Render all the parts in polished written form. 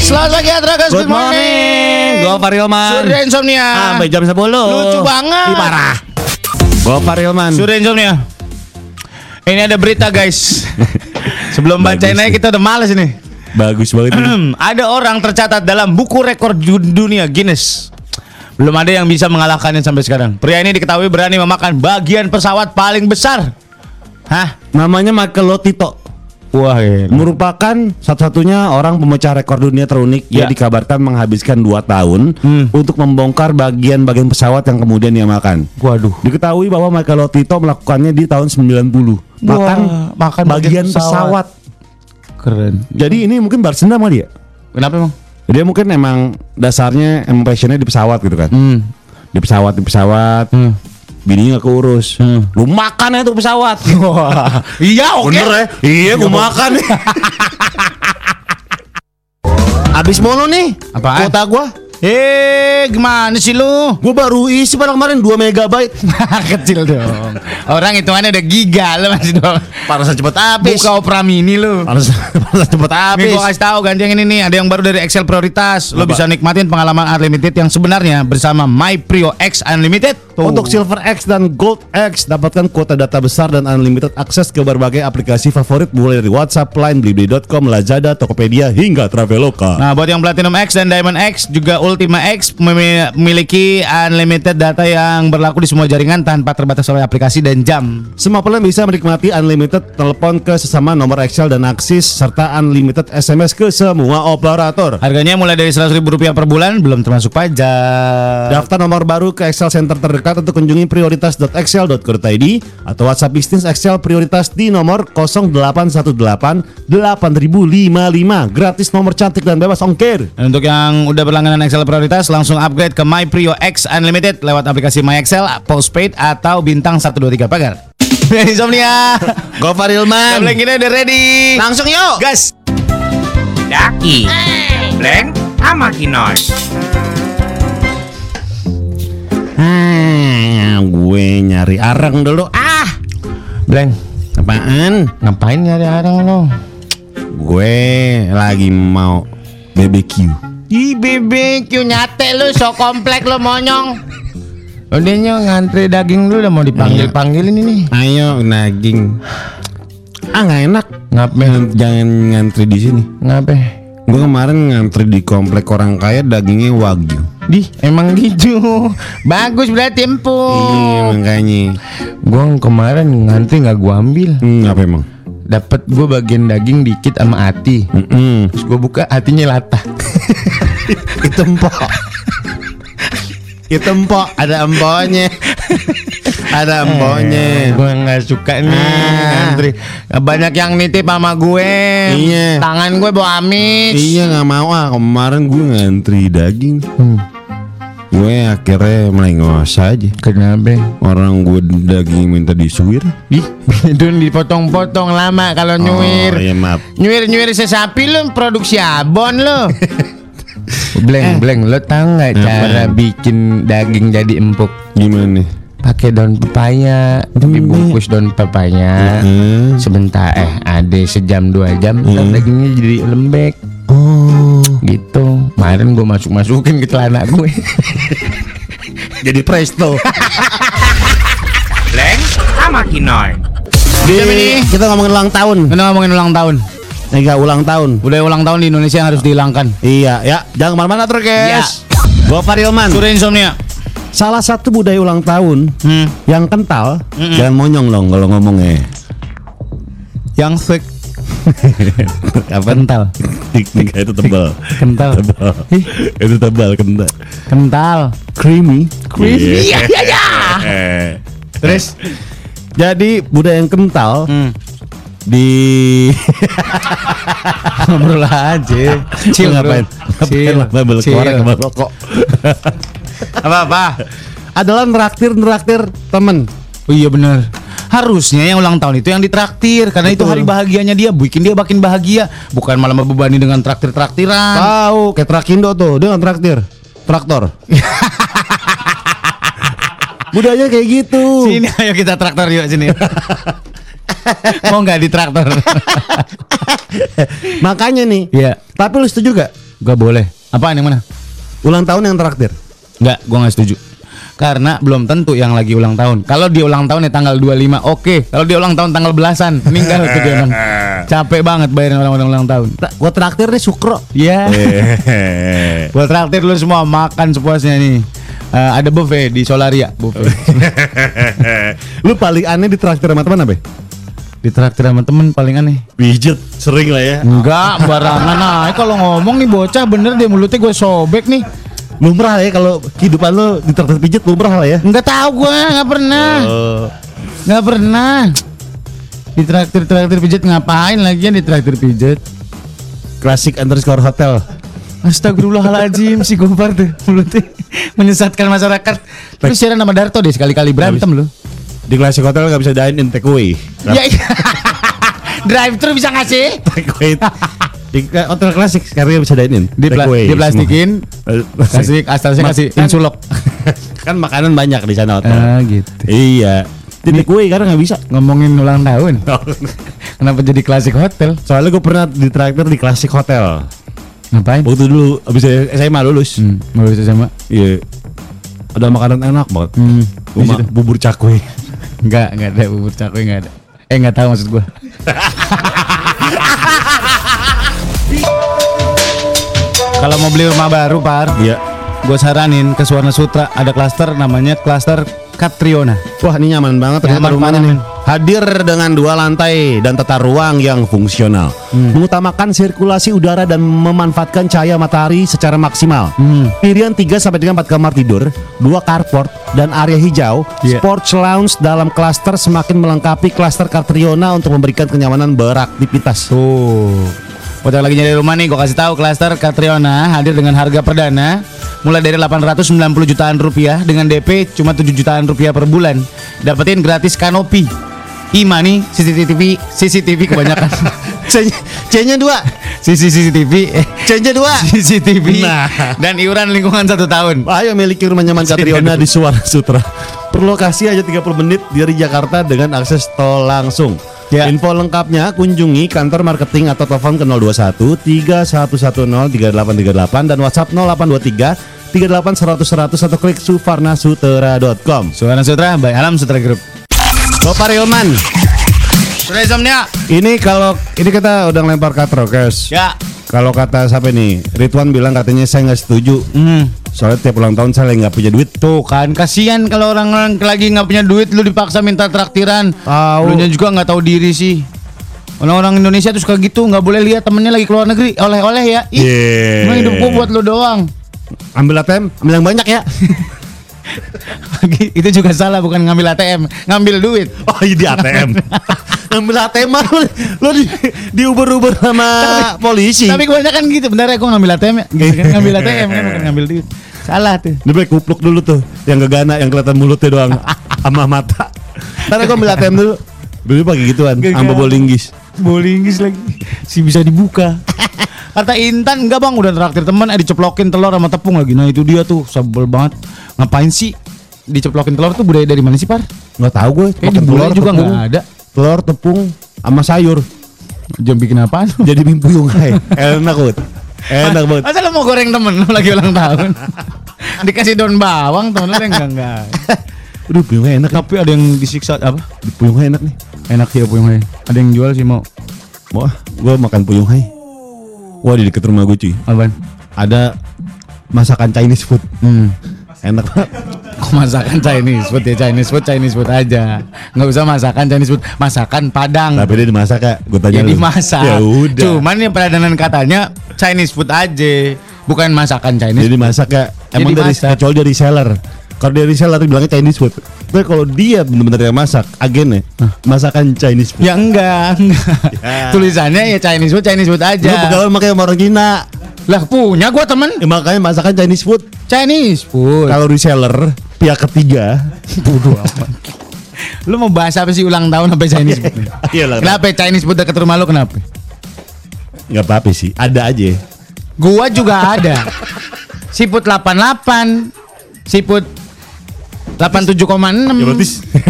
Selamat pagi Atrakas, good morning. Gue Farilman. Surya Insomnia. Sampai jam 10. Lucu banget. Ih, parah. Gue Farilman. Surya Insomnia. Ini ada berita guys. Sebelum bacain aja kita udah males ini. Bagus banget. Ada orang tercatat dalam buku rekor dunia Guinness. Belum ada yang bisa mengalahkannya sampai sekarang. Pria ini diketahui berani memakan bagian pesawat paling besar. Hah? Namanya Michael Lotito. Wah, merupakan satu-satunya orang pemecah rekor dunia terunik. Ia dikabarkan menghabiskan 2 tahun untuk membongkar bagian-bagian pesawat yang kemudian ia makan. Waduh. Diketahui bahwa Michael Lotito melakukannya di tahun 90. Makan bagian pesawat. Keren. Jadi ini mungkin balas dendam kali ya? Kenapa emang? Dia mungkin emang dasarnya emang passionnya di pesawat gitu kan. Di pesawat. Bininya gak keurus. Lu makan ya tuh pesawat. Wah. Iya, oke. Bener ya? Iya, gua makan. Abis mulu nih. Apaan? Kuota gua. Gimana sih lu? Gua baru isi pada kemarin 2 megabyte. Kecil dong. Orang hitungannya udah giga, lu masih doang. Parasan cepet habis. Buka Opera Mini lu. Parasan cepet habis. Nih gua kasih tahu ganti yang ini nih, ada yang baru dari Excel Prioritas. Lu bisa nikmatin pengalaman unlimited yang sebenarnya bersama My Prio X Unlimited. Tuh. Untuk Silver X dan Gold X dapatkan kuota data besar dan unlimited akses ke berbagai aplikasi favorit mulai dari WhatsApp, Line, Blibli.com, Lazada, Tokopedia hingga Traveloka. Nah, buat yang Platinum X dan Diamond X juga Ultima X memiliki unlimited data yang berlaku di semua jaringan tanpa terbatas oleh aplikasi dan jam. Semua pelanggan bisa menikmati unlimited telepon ke sesama nomor Excel dan Axis serta unlimited SMS ke semua operator. Harganya mulai dari Rp100.000 per bulan, belum termasuk pajak. Daftar nomor baru ke Excel Center terdekat untuk kunjungi prioritas.excel.co.id atau WhatsApp bisnis Excel Prioritas di nomor 0818 8055. Gratis, nomor cantik dan bebas ongkir. Dan untuk yang udah berlangganan Excel Prioritas, langsung upgrade ke My Prio X Unlimited lewat aplikasi My Excel, Postpaid atau bintang 123 pagar. Insomnia. Go Farilman. Blank kita udah ready. Langsung yuk. Gas. Daki, Blank, sama Kinos. Gue nyari arang dulu. Blank. Apaan? Ngapain nyari arang lo? Gue lagi mau BBQ. Ih, BBQ nyate lu, so komplek lu monyong. Udah ngantri daging lu udah mau dipanggil-panggilin ini. Ayo daging. Nggak enak. Ngapain? Jangan ngantri di sini. Ngapain? Gue kemarin ngantri di komplek orang kaya, dagingnya wagyu. Di, emang gitu. Bagus berarti empuk. Iya makanya. Gue kemarin ngantri nggak gue ambil. Apa emang? Dapat gue bagian daging dikit sama hati. Terus gue buka, hatinya latah. Itu empok. Itu empok, ada empoknya. Ada empoknya. Gue nggak suka nih ngantri. Banyak yang nitip sama gue. Iya. Tangan gue bau amis. Iya nggak mau Kemarin gue ngantri daging. Gue akhirnya melengos aja. Kenapa? Orang gue daging minta disuir. Ih, itu dipotong-potong lama kalau nyuir. Oh iya maaf. Nyuir sesapi lu produksi abon lu. Bleng, lo tau nggak cara bikin daging jadi empuk? Gimana? Pakai daun pepaya, dibungkus daun pepaya. Sebentar, ada sejam 2 jam, dagingnya jadi lembek. Oh, gitu. Kemarin gue masukin ke celana gue. jadi presto. Blank, sama Kinoy. Kita ngomongin ulang tahun. Kita ngomongin ulang tahun. Enggak ulang tahun. Udah ulang tahun di Indonesia yang harus dihilangkan. Iya, ya. Jangan kemana-mana terus, guys. Gue Farilman. Surya Insomnia. Salah satu budaya ulang tahun yang kental, jangan monyong dong kalau ngomongnya. Yang thick. Apa? Kental. Itu tebal. Kental. Itu tebal, kental. Kental. Creamy. Iya. Terus jadi budaya yang kental di ngobrol aja. Chill ngapain? Chill. Babel korek sama rokok. Apa? Adalah neraktir temen. Oh iya benar. Harusnya yang ulang tahun itu yang ditraktir karena itu hari bahagianya dia, bikin dia makin bahagia, bukan malah membebani dengan traktir-traktiran. Tahu, kayak Trakindo tuh, dia nggak traktir, traktor. Budaya kayak gitu. Sini ayo kita traktor yuk sini. Mau nggak di traktor? Makanya nih. Iya. Tapi lu setuju gak? Gak boleh. Apaan yang mana? Ulang tahun yang traktir. Enggak, gua nggak setuju. Karena belum tentu yang lagi ulang tahun. Kalau dia ulang tahun ya tanggal 25, oke. Kalau dia ulang tahun tanggal belasan, meninggal tuh dia emang. Capek banget bayarin orang-orang ulang tahun. Gua traktir nih Sukro. Iya. Gua traktir lu semua makan sepuasnya nih. Ada buffet di Solaria, buffet. Lu paling aneh di traktir sama teman apa? Ditraktir sama temen paling aneh. Pijet sering lah ya. Enggak, barangan. Nah, kalau ngomong nih bocah bener dia mulutnya gue sobek nih. Lumrah ya kalau kehidupan lu di traktir pijet lumrah lah ya. Enggak tahu gue, enggak pernah. Enggak pernah. Ditraktir pijet ngapain lagi di traktir pijet? Klasik underscore hotel. Astagfirullahaladzim si Gopar tuh mulutnya menyesatkan masyarakat. Terus siaran sama Darto deh sekali-kali berantem lu. Di klasik hotel gak bisa dine in take away. Ya, drive thru bisa ngasih? Take away. Di hotel klasik sekarang bisa dine in. Di plastikin, kasih astasnya kasih insulok. Kan makanan banyak di sana hotel. Gitu. Iya. Di take away karena nggak bisa. Ngomongin ulang tahun. Kenapa jadi klasik hotel? Soalnya gue pernah ditraktir di klasik hotel. Ngapain? Waktu dulu abis SMA lulus. Lulus SMA. Iya. Ada makanan enak banget. Bubur cakwe. Enggak ada bubur cakwe, enggak ada. Enggak tahu maksud gua. Kalau mau beli rumah baru, Par. Iya. Gua saranin ke Suwarna Sutra ada klaster namanya klaster Catriona. Wah, ini nyaman banget ternyata Nyaman rumahnya banget, nih. Hadir dengan 2 lantai dan tata ruang yang fungsional. Mengutamakan sirkulasi udara dan memanfaatkan cahaya matahari secara maksimal. Pilihan 3 sampai dengan 4 kamar tidur, 2 carport dan area hijau. Yeah. Sports lounge dalam klaster semakin melengkapi klaster Catriona untuk memberikan kenyamanan beraktivitas. Tuh. Buat yang lagi nyari rumah nih, gue kasih tahu klaster Catriona hadir dengan harga perdana mulai dari 890 jutaan rupiah dengan DP cuma 7 jutaan rupiah per bulan. Dapetin gratis kanopi. E-money, CCTV kebanyakan. C-nya 2. CCTV, C-nya 2. CCTV. Nah. Dan iuran lingkungan 1 tahun. Ayo miliki rumah nyaman Catriona di Suwarna Sutra. Berlokasi hanya 30 menit dari Jakarta dengan akses tol langsung. Ya. Info lengkapnya kunjungi kantor marketing atau telepon ke 021 3110 3838 dan WhatsApp 0823 38 100 100 atau klik suvarnasutra.com. Suwarna Sutra by Alam Sutra Group. Gopar Hilman. Sudah insomnia. Ini kalau ini kita udah lempar katrokes. Ya. Kalau kata siapa nih? Ridwan bilang katanya saya nggak setuju. Soalnya tiap ulang tahun saya nggak punya duit. Tuh kan kasihan kalau orang lagi nggak punya duit lu dipaksa minta traktiran. Tahu. Lu nya juga nggak tahu diri sih. Orang-orang Indonesia tuh suka gitu, nggak boleh lihat temennya lagi keluar negeri oleh-oleh ya. Yeah. Emang hidup gua buat lu doang. Ambil ATM, ambil yang banyak ya. Itu juga salah, bukan ngambil ATM, ngambil duit. Oh iya di ATM. Ngambil ATM mah lu di Uber sama polisi. Tapi kebanyakan gitu, bentar ya gua ngambil ATM ya. Gitu kan, ngambil ATM kan bukan ngambil duit. Salah tuh. Dia boleh kupluk dulu tuh, yang gegana yang kelihatan mulutnya doang sama mata. Ntar gua ambil ATM dulu. Dulu pakai gituan, sama bolinggis. Bolinggis lagi. Si bisa dibuka. Kata Intan, enggak bang, udah traktir teman, diceplokin telur sama tepung lagi. Nah itu dia tuh, sebel banget. Ngapain sih diceplokin telur tuh budaya dari mana sih, Par? Nggak tahu gue. Kayak di telur juga nggak ada. Telur, tepung, sama sayur. Jam bikin apaan? Jadi mie puyung hai. Enak banget. Enak banget. Masa lo mau goreng temen lo lagi ulang tahun? Dikasih daun bawang temen lo enggak. Aduh, puyungnya enak. Tapi ada yang disiksa apa? Puyungnya enak nih. Enak sih ya puyungnya. Ada yang jual sih mau. Mau ah, gue makan puyung hai. Wah di deket rumah gue cuy. Apaan? Ada masakan Chinese food. Enak banget. Kok masakan Chinese food ya? Chinese food aja. Nggak usah masakan Chinese food, masakan Padang. Tapi dia dimasak ya, gue tanya. Ya lu. dimasak. Ya udah. Cuman yang peradangan katanya Chinese food aja, bukan masakan Chinese. Jadi masak ya. Emang Jadi dari masak. kecuali dari seller. Kalau dari seller bilangnya Chinese food. Tapi kalau dia benar-benar yang masak, agennya masakan Chinese food. Ya enggak. Ya. Tulisannya ya Chinese food Lu aja. pegawai makanya sama orang Cina. Lah punya gua temen Makanya masakan Chinese food. Chinese food. Kalau reseller pihak ketiga. Bodoh amat. Lu mau bahas apa sih ulang tahun sampai Chinese food? Iya lah. Kenapa Chinese food dekat rumah lu kenapa? Enggak apa-apa sih, ada aja. Gua juga ada. Siput 88, siput 87,6. Ya berarti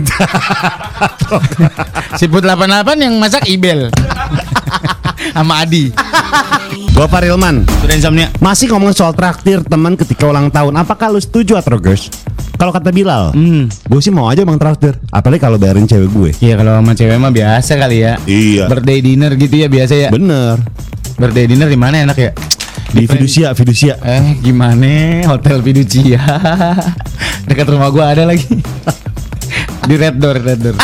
Siput 88 yang masak Ibel. Sama Adi. gua Farilman. Sudah insomnia. Masih ngomong soal traktir teman ketika ulang tahun. Apakah lu setuju atau guys? Kalau kata Bilal, gue sih mau aja bang traktir. Apalagi kalau bayarin cewek gue. Iya kalau sama cewek mah biasa kali ya. Iya. Birthday dinner gitu ya biasa ya. Bener. Birthday dinner di mana enak ya? Di Fiducia. Gimana? Hotel Fiducia. Dekat rumah gua ada lagi. Di Red Door.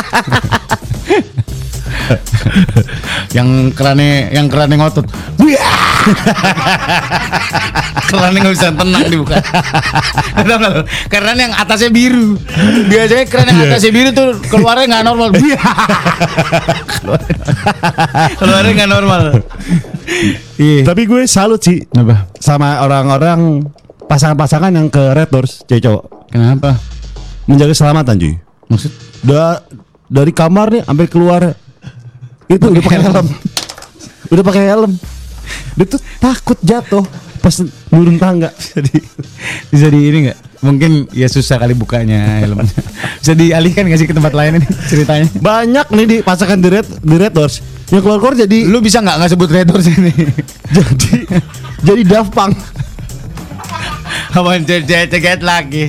yang kerannya ngotot. Kerannya nggak bisa tenang dibuka. Keran yang atasnya biru. Biasanya keran yang atasnya biru tuh keluarnya nggak normal. Keluarnya nggak normal. Iya. Tapi gue salut sih Kenapa? sama orang-orang pasangan-pasangan yang ke Red Doors, cewek cowok. Kenapa? Menjaga keselamatan cuy. Maksud? Dari kamar nih sampai keluar itu udah pakai helm. Udah pakai helm. Dia tuh takut jatuh pas turun tangga. Bisa di ini nggak? Mungkin ya susah kali bukanya helmnya. Bisa dialihkan nggak sih ke tempat lain ini ceritanya? Banyak nih di pasangan di Red Doors yang keluar jadi Lu bisa nggak sebut Red Doors ini? jadi Daft Punk. Awan ceget lagi.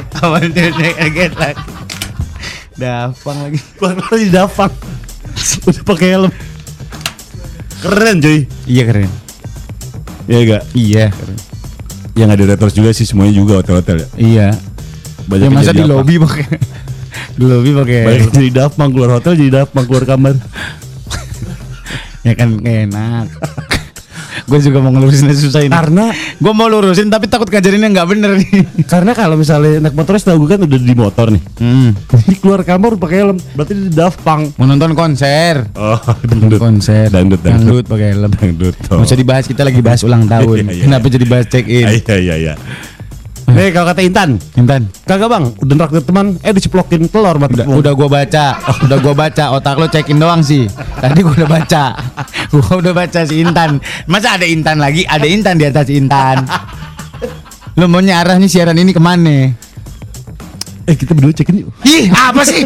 Daft Punk lagi. Keluar jadi Daft Punk. Udah pakai helm. Keren cuy. Iya keren. Iya enggak? Iya keren. Yang ada Red Doors juga sih semuanya juga hotel-hotel ya. Iya. Banyak Ya masa jadi di apa? lobby pakai. Di lobby pakai. Banyak jadi Daft Punk keluar hotel, jadi Daft Punk keluar kamar. Ya kan enak. Gue juga mau ngelurusin susah ini. Karena gue mau lurusin tapi takut ngajarinnya nggak bener nih. Karena kalau misalnya naik motor setahu gue kan udah di motor nih. Jadi keluar kamar pakai helm, berarti di Daft Punk. Mau nonton konser. Oh, Konser. Dangdut pakai helm. Dangdut. Nggak usah dibahas, kita lagi bahas ulang tahun. Iya. Kenapa jadi bahas check in? Iya. Nih kalau kata Intan, kagak bang, udah nraktir teman, diceplokin telur mati. Udah gua baca, otak lo check in doang sih. Tadi gua udah baca si Intan. Masa ada Intan lagi? Ada Intan di atas Intan. Lo maunya arah nih siaran ini kemana? Kita berdua check in yuk. Ih, apa sih?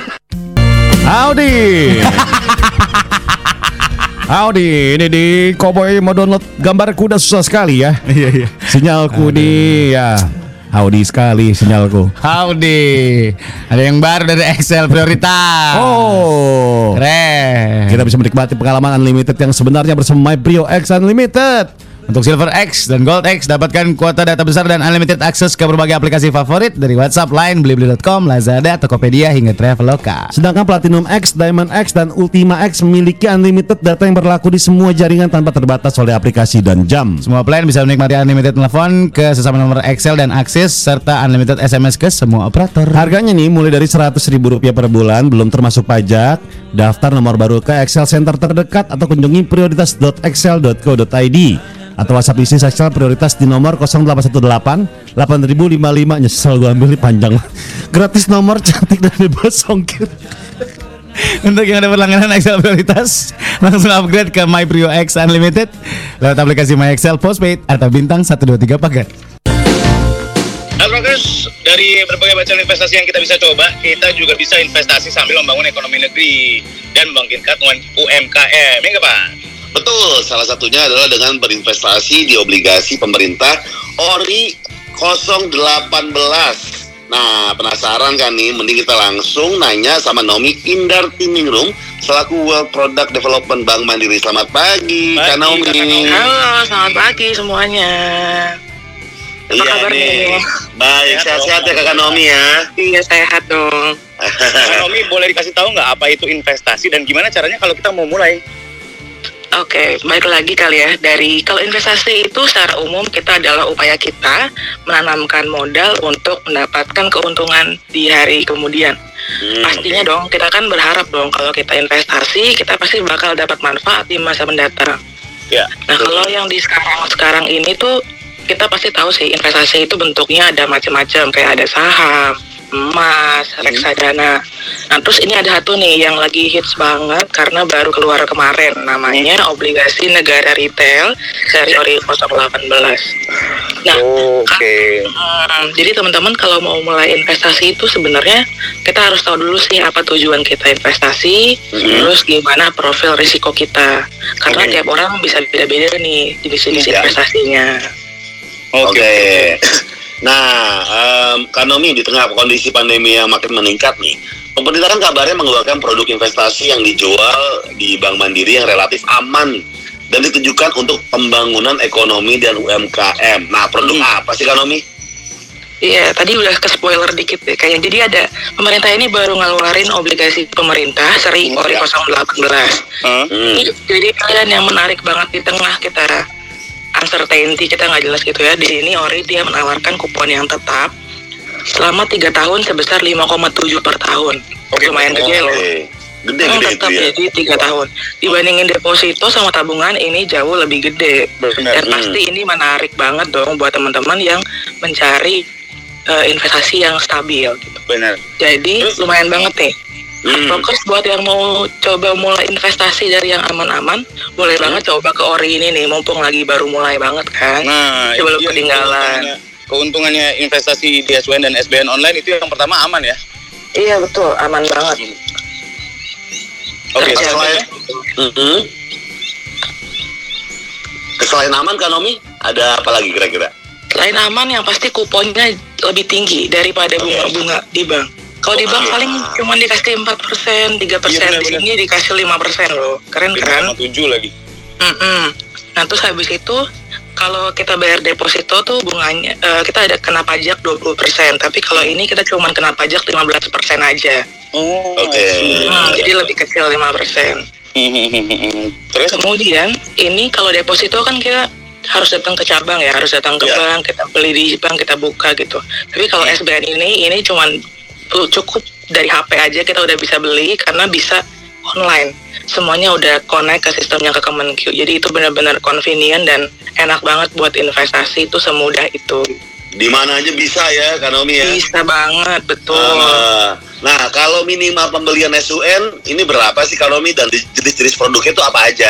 Howdy, ini di Cowboy mau download gambar kuda susah sekali ya. Iya. Sinyalku nih ya. Howdy sekali sinyalku. Howdy. Ada yang baru dari Excel Prioritas. Oh, Keren. kita bisa menikmati pengalaman unlimited yang sebenarnya bersama MyPrio X Unlimited. Untuk Silver X dan Gold X dapatkan kuota data besar dan unlimited akses ke berbagai aplikasi favorit dari WhatsApp, Line, Blibli.com, Lazada, Tokopedia hingga Traveloka. Sedangkan Platinum X, Diamond X, dan Ultima X memiliki unlimited data yang berlaku di semua jaringan tanpa terbatas oleh aplikasi dan jam. Semua plan bisa menikmati unlimited telepon ke sesama nomor Excel dan akses serta unlimited SMS ke semua operator. Harganya nih mulai dari Rp100.000 per bulan, belum termasuk pajak. Daftar nomor baru ke Excel Center terdekat atau kunjungi prioritas.excel.co.id atau WhatsApp bisnis Excel Prioritas di nomor 0818 8055. Nyesel gue ambil, panjang. Gratis nomor, cantik dan bebas ongkir. Untuk yang ada berlangganan Excel Prioritas, langsung upgrade ke MyPrio X Unlimited lewat aplikasi My Excel Postpaid atau bintang 123 paket. Advokers, dari berbagai macam investasi yang kita bisa coba, kita juga bisa investasi sambil membangun ekonomi negeri dan membangkitkan UMKM, ya nggak Pak? Betul, salah satunya adalah dengan berinvestasi di obligasi pemerintah ORI 018. Nah, penasaran kan nih? Mending kita langsung nanya sama Nomi Indartiningrum selaku World Product Development Bank Mandiri. Selamat pagi, Kak Nomi. Halo, selamat pagi semuanya. Apa kabar nih? Baik, sehat-sehat ya Kak Nomi ya. Iya, sehat dong. Kak Nomi, boleh dikasih tahu nggak apa itu investasi dan gimana caranya kalau kita mau mulai? Oke, balik lagi kali ya. Kalau investasi itu secara umum kita adalah upaya kita menanamkan modal untuk mendapatkan keuntungan di hari kemudian. Pastinya dong, kita kan berharap dong kalau kita investasi, kita pasti bakal dapat manfaat di masa mendatang. Ya. Nah, kalau yang di sekarang ini tuh kita pasti tahu sih investasi itu bentuknya ada macam-macam, kayak ada saham, emas, reksadana. Nah, terus ini ada satu nih yang lagi hits banget karena baru keluar kemarin, namanya obligasi negara retail seri ori 018. Nah, jadi teman-teman kalau mau mulai investasi itu sebenarnya kita harus tahu dulu sih apa tujuan kita investasi, terus gimana profil risiko kita. Karena tiap orang bisa beda-beda nih jenis-jenis investasinya. Oke. Nah, Kak Nomi, di tengah kondisi pandemi yang makin meningkat nih, pemerintah kan kabarnya mengeluarkan produk investasi yang dijual di Bank Mandiri yang relatif aman dan ditujukan untuk pembangunan ekonomi dan UMKM. Nah, produk apa sih Kak Nomi? Iya, tadi udah ke spoiler dikit deh kayaknya. Jadi ada pemerintah ini baru ngeluarin obligasi pemerintah seri ori 018. Jadi kalian yang menarik banget di tengah kita uncertainty, kita nggak jelas gitu ya. Di sini ori dia menawarkan kupon yang tetap selama 3 tahun sebesar 5,7 per tahun. Lumayan gede loh. Gede Tetap itu ya. jadi 3 tahun. Dibandingin deposito sama tabungan ini jauh lebih gede. Dan pasti ini menarik banget dong buat teman-teman yang mencari investasi yang stabil gitu. Benar. Jadi lumayan banget nih. Fokus buat yang mau coba mulai investasi dari yang aman-aman, boleh banget coba ke ori ini nih, mumpung lagi baru mulai banget kan. Nah, belum itu ketinggalan. Keuntungannya investasi di SWN dan SBN online itu yang pertama aman ya. Iya betul, aman banget. Oke, Selain selain aman Kak Nomi, ada apa lagi kira-kira? Selain aman yang pasti kuponnya lebih tinggi daripada bunga-bunga di bank. Kalau di bank paling cuma dikasih 4%, 3%, di sini dikasih 5% loh. Keren kan? 5,7 lagi. Nah terus habis itu kalau kita bayar deposito tuh bunganya kita ada kena pajak 20%, tapi kalau ini kita cuma kena pajak 15% aja. Jadi lebih kecil 5%. Terus kemudian ini kalau deposito kan kita harus datang ke cabang ya, harus datang ke bank, kita beli di bank, kita buka gitu. Tapi kalau SBN ini cuman cukup dari HP aja kita udah bisa beli karena bisa online. Semuanya udah connect ke sistemnya ke Kemenq. Jadi itu benar-benar convenient dan enak banget buat investasi, itu semudah itu. Di mana aja bisa ya Kak Nomi ya? Bisa banget, betul. Nah, kalau minimal pembelian SUN ini berapa sih Kak Nomi, dan jenis-jenis produknya itu apa aja?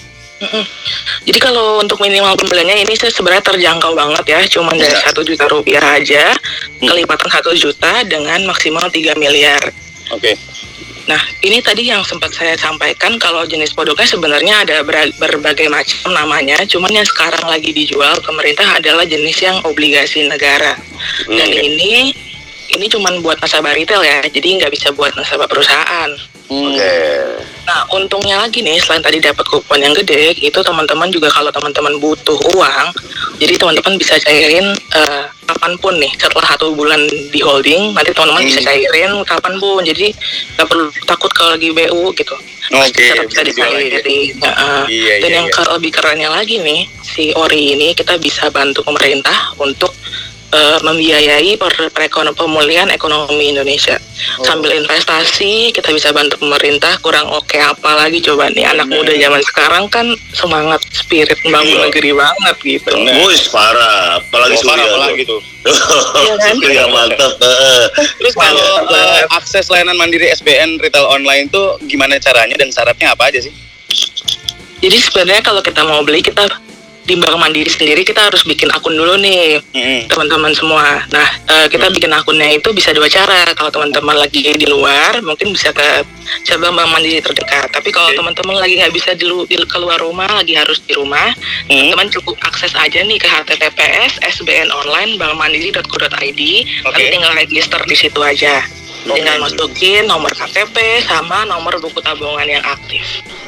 Jadi kalau untuk minimal pembeliannya ini sebenarnya terjangkau banget ya, cuma dari 1 juta rupiah aja, kelipatan 1 juta dengan maksimal 3 miliar. Oke. Nah, ini tadi yang sempat saya sampaikan kalau jenis produknya sebenarnya ada berbagai macam namanya, cuman yang sekarang lagi dijual pemerintah adalah jenis yang obligasi negara. Dan ini cuman buat nasabah retail ya, jadi nggak bisa buat nasabah perusahaan. Nah, untungnya lagi nih, selain tadi dapat kupon yang gede, itu teman-teman juga kalau teman-teman butuh uang, jadi teman-teman bisa cairin kapanpun nih. Setelah 1 bulan di holding, nanti teman-teman bisa cairin kapanpun. Jadi nggak perlu takut kalau lagi BU gitu. Tetap bisa dicairin. Dan yang lebih kerennya lagi nih, si ori ini kita bisa bantu pemerintah untuk membiayai pemulihan ekonomi Indonesia. Sambil investasi kita bisa bantu pemerintah. Kurang oke apa lagi coba nih, anak muda zaman sekarang kan semangat spirit membangun negeri banget gitu. Wih, parah, apalagi Surya gitu. Iya kan? Surya mantap. Terus kalau akses layanan mandiri SBN retail online tuh gimana caranya dan syaratnya apa aja sih? Jadi sebenarnya kalau kita mau beli, kita di Bank Mandiri sendiri kita harus bikin akun dulu nih, teman-teman semua. Nah, kita bikin akunnya itu bisa 2 cara. Kalau teman-teman lagi di luar, mungkin bisa ke cabang Bank Mandiri terdekat. Tapi kalau teman-teman lagi nggak bisa keluar rumah, lagi harus di rumah, teman cukup akses aja nih ke https sbnonline.bankmandiri.co.id. Nanti tinggal register di situ aja. Tinggal masukin nomor KTP sama nomor buku tabungan yang aktif.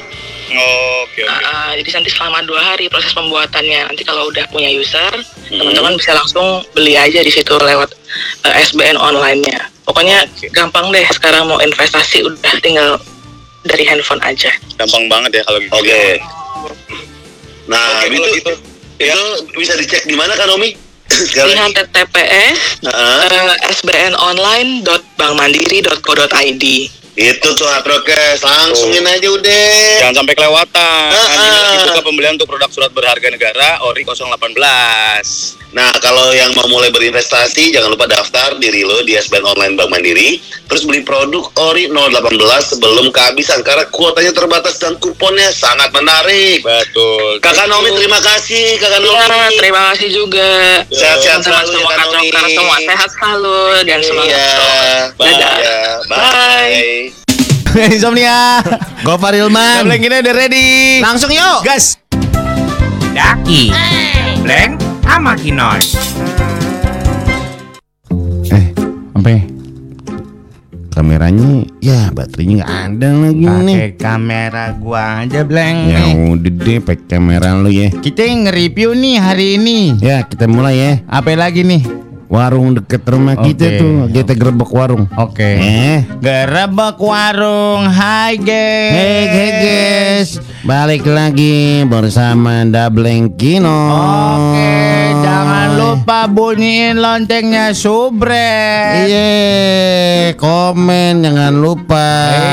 Oke. Jadi nanti selama 2 hari proses pembuatannya. Nanti kalau udah punya user, teman-teman bisa langsung beli aja di situ lewat SBN online-nya. Pokoknya gampang deh, sekarang mau investasi udah tinggal dari handphone aja. Gampang banget ya kalau gitu. Nah, itu bisa dicek di mana Kak Nomi? Di https sbnonline.bankmandiri.co.id. Itu tuh Hatrokes, langsungin aja udah. Jangan sampai kelewatan. Ini lagi buka pembelian untuk produk surat berharga negara ORI 018. Nah, kalau yang mau mulai berinvestasi, jangan lupa daftar diri lo di SBN Online Bank Mandiri. Terus beli produk ORI 018 sebelum kehabisan, karena kuotanya terbatas dan kuponnya sangat menarik. Betul. Kakak Nomi, terima kasih. Kakak Nomi. Ya, terima kasih juga. Sehat-sehat selalu ya, Kak Teman-teman Nomi. semua sehat selalu dan semangat. Iya. Dadah. Bye. Insomnia. Gofar Hilman. Blank ini udah ready. Langsung yuk. Gas. Daki, Blank, sama Kinoy. Apa ya? Kameranya ya baterainya nggak ada lagi nih. Pakai kamera gua aja Blank. Ya udah deh, pakai kamera lu ya. Kita nge-review nih hari ini. Ya kita mulai ya. Apa lagi nih? Warung deket rumah kita Oke. tuh, kita gerebek warung. Oke. Gerebek warung. Hai guys. Hey guys, balik lagi bersama Dableng Kino. Oke, jangan lupa bunyiin loncengnya subrek. Iya, komen jangan lupa.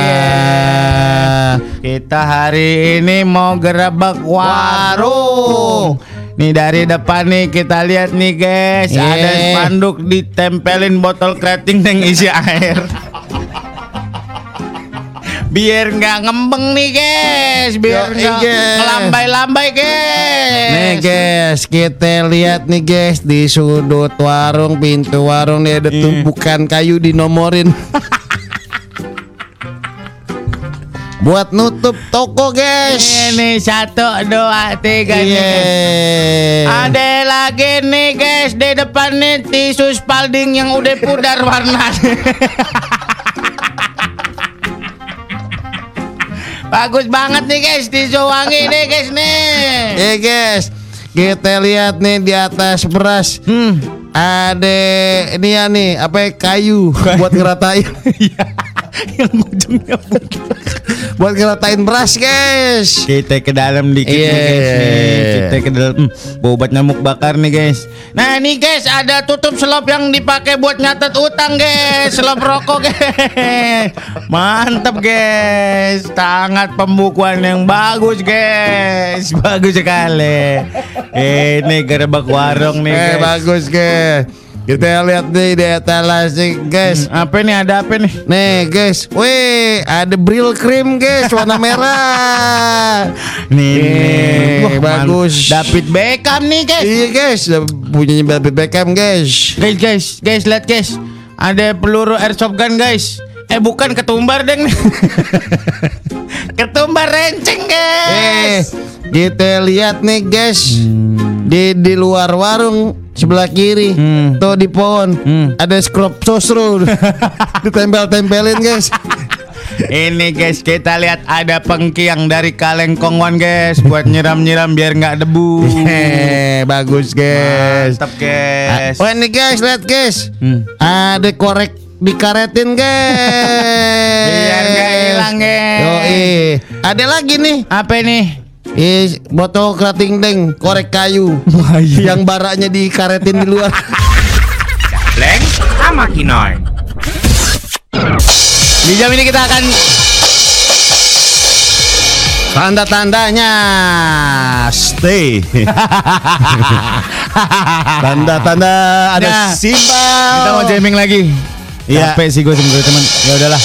Iya. Kita hari ini mau gerebek warung. Nih dari depan nih kita lihat nih guys, Iya. ada spanduk ditempelin botol kerating yang isi air. Biar nggak ngembeng nih guys, biar Yo, nggak iya. melambai-lambai guys. Nih guys, kita lihat nih guys, di sudut warung, pintu warung nih ada tumpukan kayu dinomorin. Buat nutup toko guys. Ini 1, 2, 3 nih. Iya. Ada lagi nih guys di depan nih tisu spalding yang udah pudar warnanya. Bagus banget nih guys, tisu wangi nih guys nih. Guys, kita lihat nih di atas beras. Ada ini ya nih, apa ya, kayu buat ngeratain. Yang ujungnya Buat ngeratain beras guys. kita ke dalam dikit nih Iya. guys nih. Kita ke dalam bau obat nyamuk bakar nih guys. Nah nih guys, ada tutup selop yang dipakai buat nyatet utang guys. Selop rokok guys. Mantap guys. Sangat pembukuan yang bagus guys. Bagus sekali. Ini gerebek warung nih guys. Bagus guys. Kita lihat nih di etalase guys. Apa nih, ada apa nih? Nih guys, wih ada Bril Cream guys warna merah. Nih, Wah, bagus. David Beckham nih guys. Iya guys, punyanya David Beckham guys. Guys, lihat guys. Ada peluru airsoft gun guys. Bukan ketumbar deng. Ketumbar renceng guys. Kita lihat nih guys. Di luar warung sebelah kiri tuh di pohon ada scrub sosro ditempel-tempelin guys. Ini guys, kita lihat ada pengkiang dari kaleng kongwan guys, buat nyiram-nyiram biar nggak debu. Bagus guys. Mantap guys. Wah ini guys, lihat guys. Ada korek dikaretin guys. Biar nggak hilang guys. Yoi. Ada lagi nih. Apa nih? Botol kerating deng, korek kayu. Yang baraknya dikaretin di luar. Blank, sama Kinoy. Di jam ini kita akan Tanda-tandanya stay. Tanda-tanda ada Nah, simbol. kita mau jamming lagi. Iya. Capek sih gue sebenarnya teman. Ya udahlah.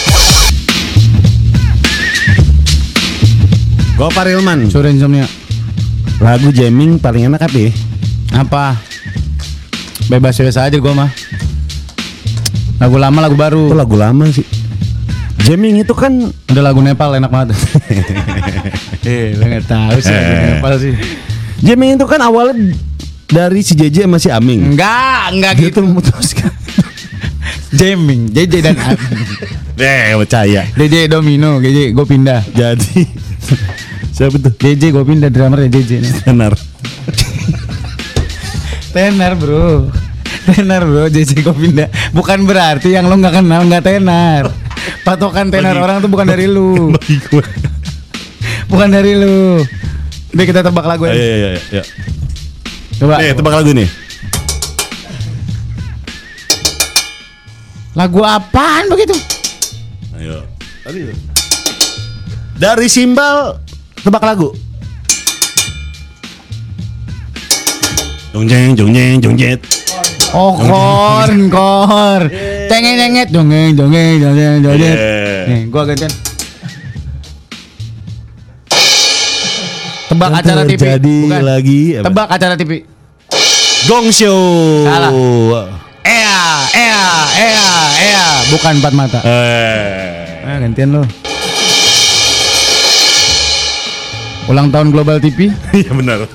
Gofar Hilman. Sore insomnia. Lagu jamming paling enak apa ya? Apa? Bebas-bebas aja gue mah. Lagu lama, lagu baru. Itu lagu lama sih. Jamming itu kan Ada lagu Nepal enak banget. Lo nggak tahu sih lagu Nepal sih. jamming itu kan awalnya dari si JJ sama si Aming. Enggak Gitu gitu. memutuskan. Jamming, JJ dan Aming. Percaya. JJ Domino, JJ gue pindah. Jadi siapa tuh? JJ gue pindah, drummernya JJ nih. Benar. Tenar bro, JJ gue pindah. Bukan berarti yang lo nggak kenal nggak tenar. Patokan tenar orang tuh bukan dari lu. Bagi gue. Bukan dari lu. Udah kita tebak lagu ya. Iya. Coba. Nih, tebak lagu nih. Lagu apaan begitu? Ayo. Dari simbal tebak lagu. Jongjeng jongjeng jongjet. Oh, kor. Cengeng-cenget, dongeng. Nih, gua gantian. Tebak acara TV. Jadi Bukan. lagi. Tebak acara TV. Gong Show. Salah. Bukan empat mata. Gantian lo. Ulang tahun Global TV. Iya benar.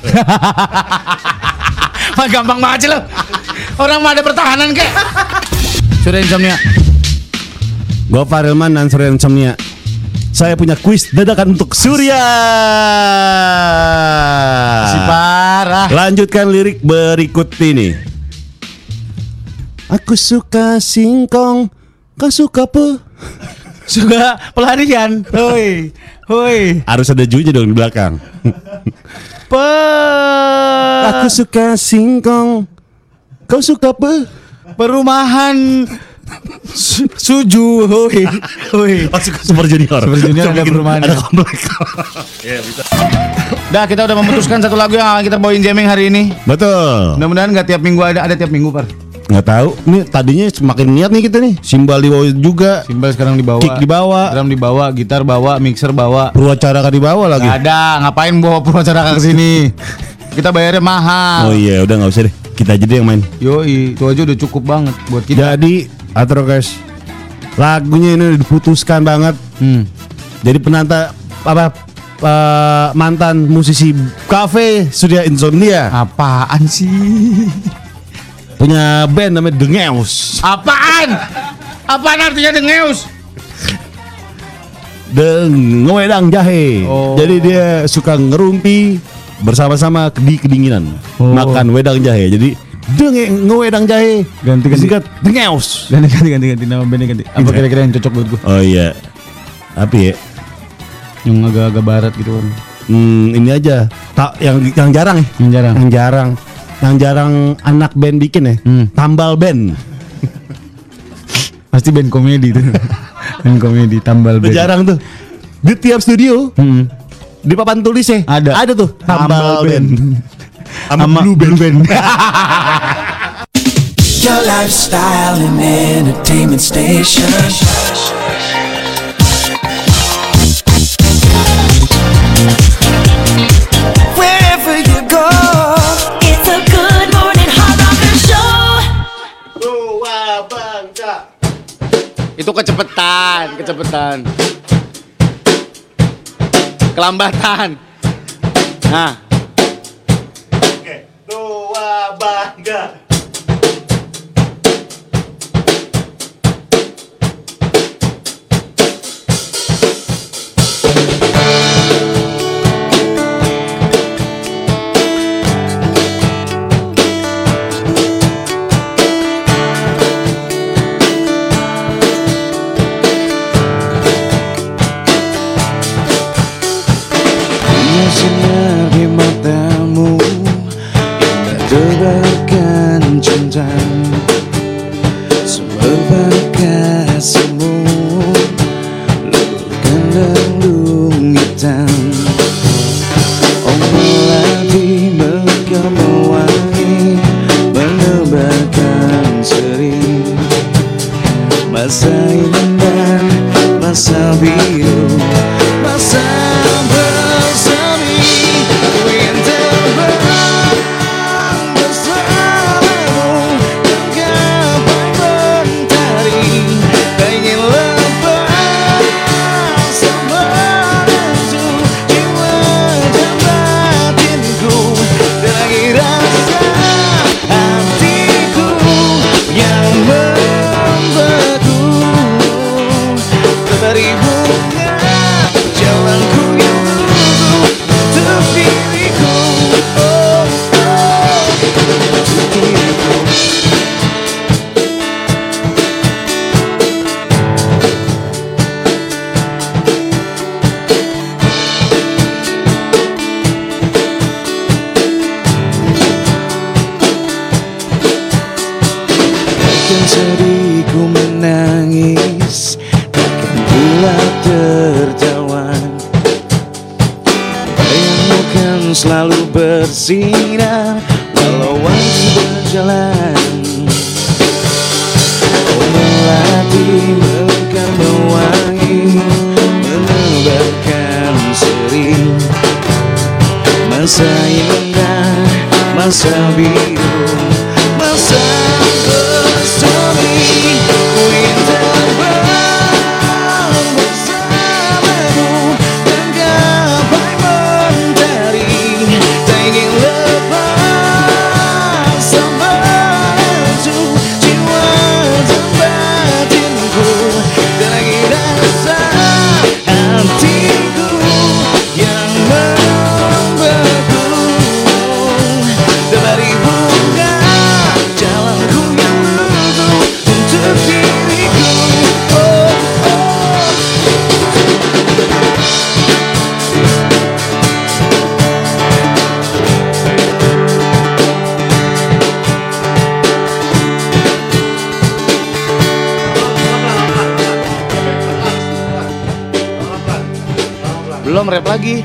Wah, gampang banget sih lo. Orang mah ada pertahanan kek. Surya Insomnia. Gua Farilman dan Surya Insomnia. Saya punya kuis dadakan untuk Surya. Si parah. Lanjutkan lirik berikut ini. Aku suka singkong, kau suka apa? Suka pelarian. Hoi. Harus ada junya dong di belakang. Aku suka singkong, kau suka apa? Perumahan Suju. Hoi. Oh, suka Super Junior. Super Junior ada perumahan. Ada komplek. Ya bisa. Dah, kita udah memutuskan satu lagu yang akan kita bawain jamming hari ini. Betul. Mudah-mudahan nggak tiap minggu ada tiap minggu, Par. Nggak tahu. Nih tadinya semakin niat nih kita nih. Simbal dibawa juga. Simbal sekarang dibawa. Kick dibawa. Drum dibawa, gitar bawa, mixer bawa. Purwacaraka dibawa lagi. Gak ada, ngapain bawa Purwacaraka ke sini? Kita bayarnya mahal. Oh iya, udah nggak usah deh. Kita aja deh yang main. Yoi, itu aja udah cukup banget buat kita. Jadi, Atrokes, lagunya ini udah diputuskan banget. Jadi mantan musisi kafe Surya Insomnia Apaan sih? punya band namanya The Ngeus. Apaan artinya dengeus? The Ngewedang Jahe. Oh. Jadi dia suka ngerumpi bersama-sama di kedinginan. Oh. Makan wedang jahe. Jadi Ngewedang Jahe. Ganti. Singkat The Ngeus. Ganti nama bandnya ganti. Apa kira-kira yang cocok buat gue? Oh iya. Tapi ya Yang agak-agak barat gitu kan. ini aja. Yang jarang ya. Yang jarang anak band bikin ya. Tambal band. Pasti band komedi tuh. Band komedi tambal band. Jarang tuh. Di tiap studio di papan tulisnya ada tuh tambal band. Sama blue band. Your lifestyle and entertainment station. Wherever you go, it's a good morning hard rocker show. Tua bangga. Itu kecepatan. Kelambatan. Nah, Tua bangga. Sinar di matamu yang tebarkan cinta, semerbak kasihmu leburkan lendung hitam. Oh melati berkamu wangi menebarkan seri masa indah, masa biru, masa sedihku menangis, takkan ku selalu bersinar walau waktu berjalan. Kau melatih, mekar mewangi, menebarkan seri. Masa indah, masa biru, masa bersemi. Ku ingin terbang bersamamu dan gapai mentari. Tak ingin lepas sampai jiwa dan batinku. Dan lagi rasa hatiku yang membeku. Dari bunga jalanku yang lugu untuk diriku. Oh, oh. Belum rap lagi.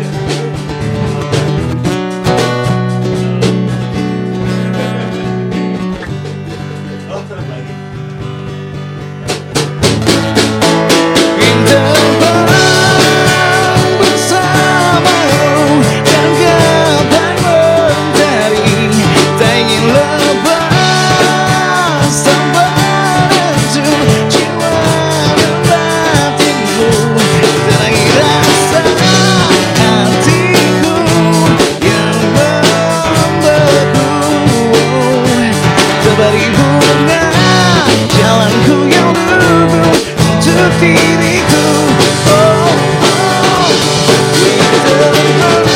Beri bunga jalanku yang lugu untuk diriku. Oh, oh. Terbang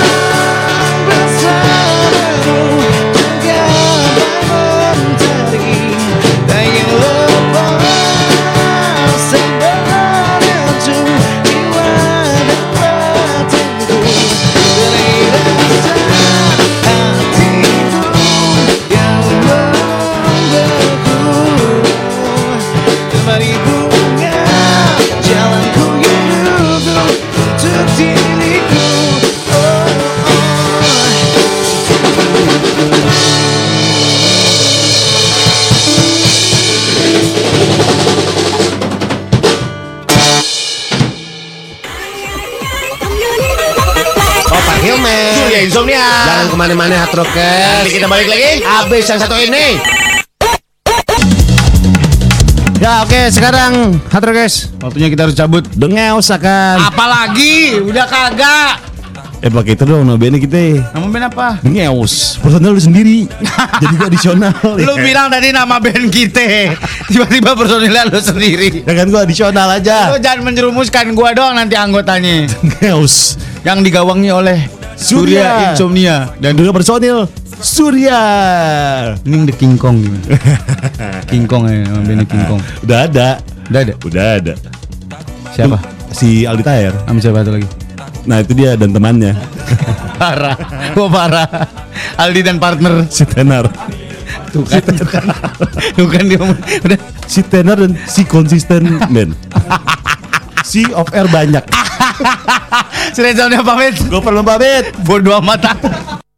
bersamamu dan gapai mentari. Tak ingin lepas sembarang jiwa dan batinku. Dari rasa hatiku yang kembali bunga jalanku yang lugu untuk diriku. Oh, Oh Pak Hilman, Ya insomnia. jangan kemana-mana Hard Rockers. Nanti kita balik lagi. Habis yang satu ini. Ya oke, sekarang Hard Rockers Waktunya kita harus cabut. dengeus akan. Apalagi? Udah kagak. Pakai itu dong nobennya kita. Nama band apa? Dengeus, personal lu sendiri. Jadi gua adisional. Lu bilang tadi nama band kita. Tiba-tiba personilnya lu sendiri. Ya kan gua adisional Lu aja. jangan menjerumuskan gua doang nanti anggotanya. Dengeus. Yang digawangi oleh Surya Insomnia. Dan juga personil Surya. Ini The King Kong gimana? King Kong ya, nama bandnya King Kong. Udah ada. Udah ada? Udah ada. Siapa? Si Aldi Taher. Sama siapa satu lagi? Nah itu dia dan temannya. Parah. Gua parah. Aldi dan partner. Si Tenar. Tuh kan. Bukan dia udah. Si Tenar dan si konsisten men. Si off air banyak. Sudah jamnya pamit. Gue perlu pamit. Bodoh amat.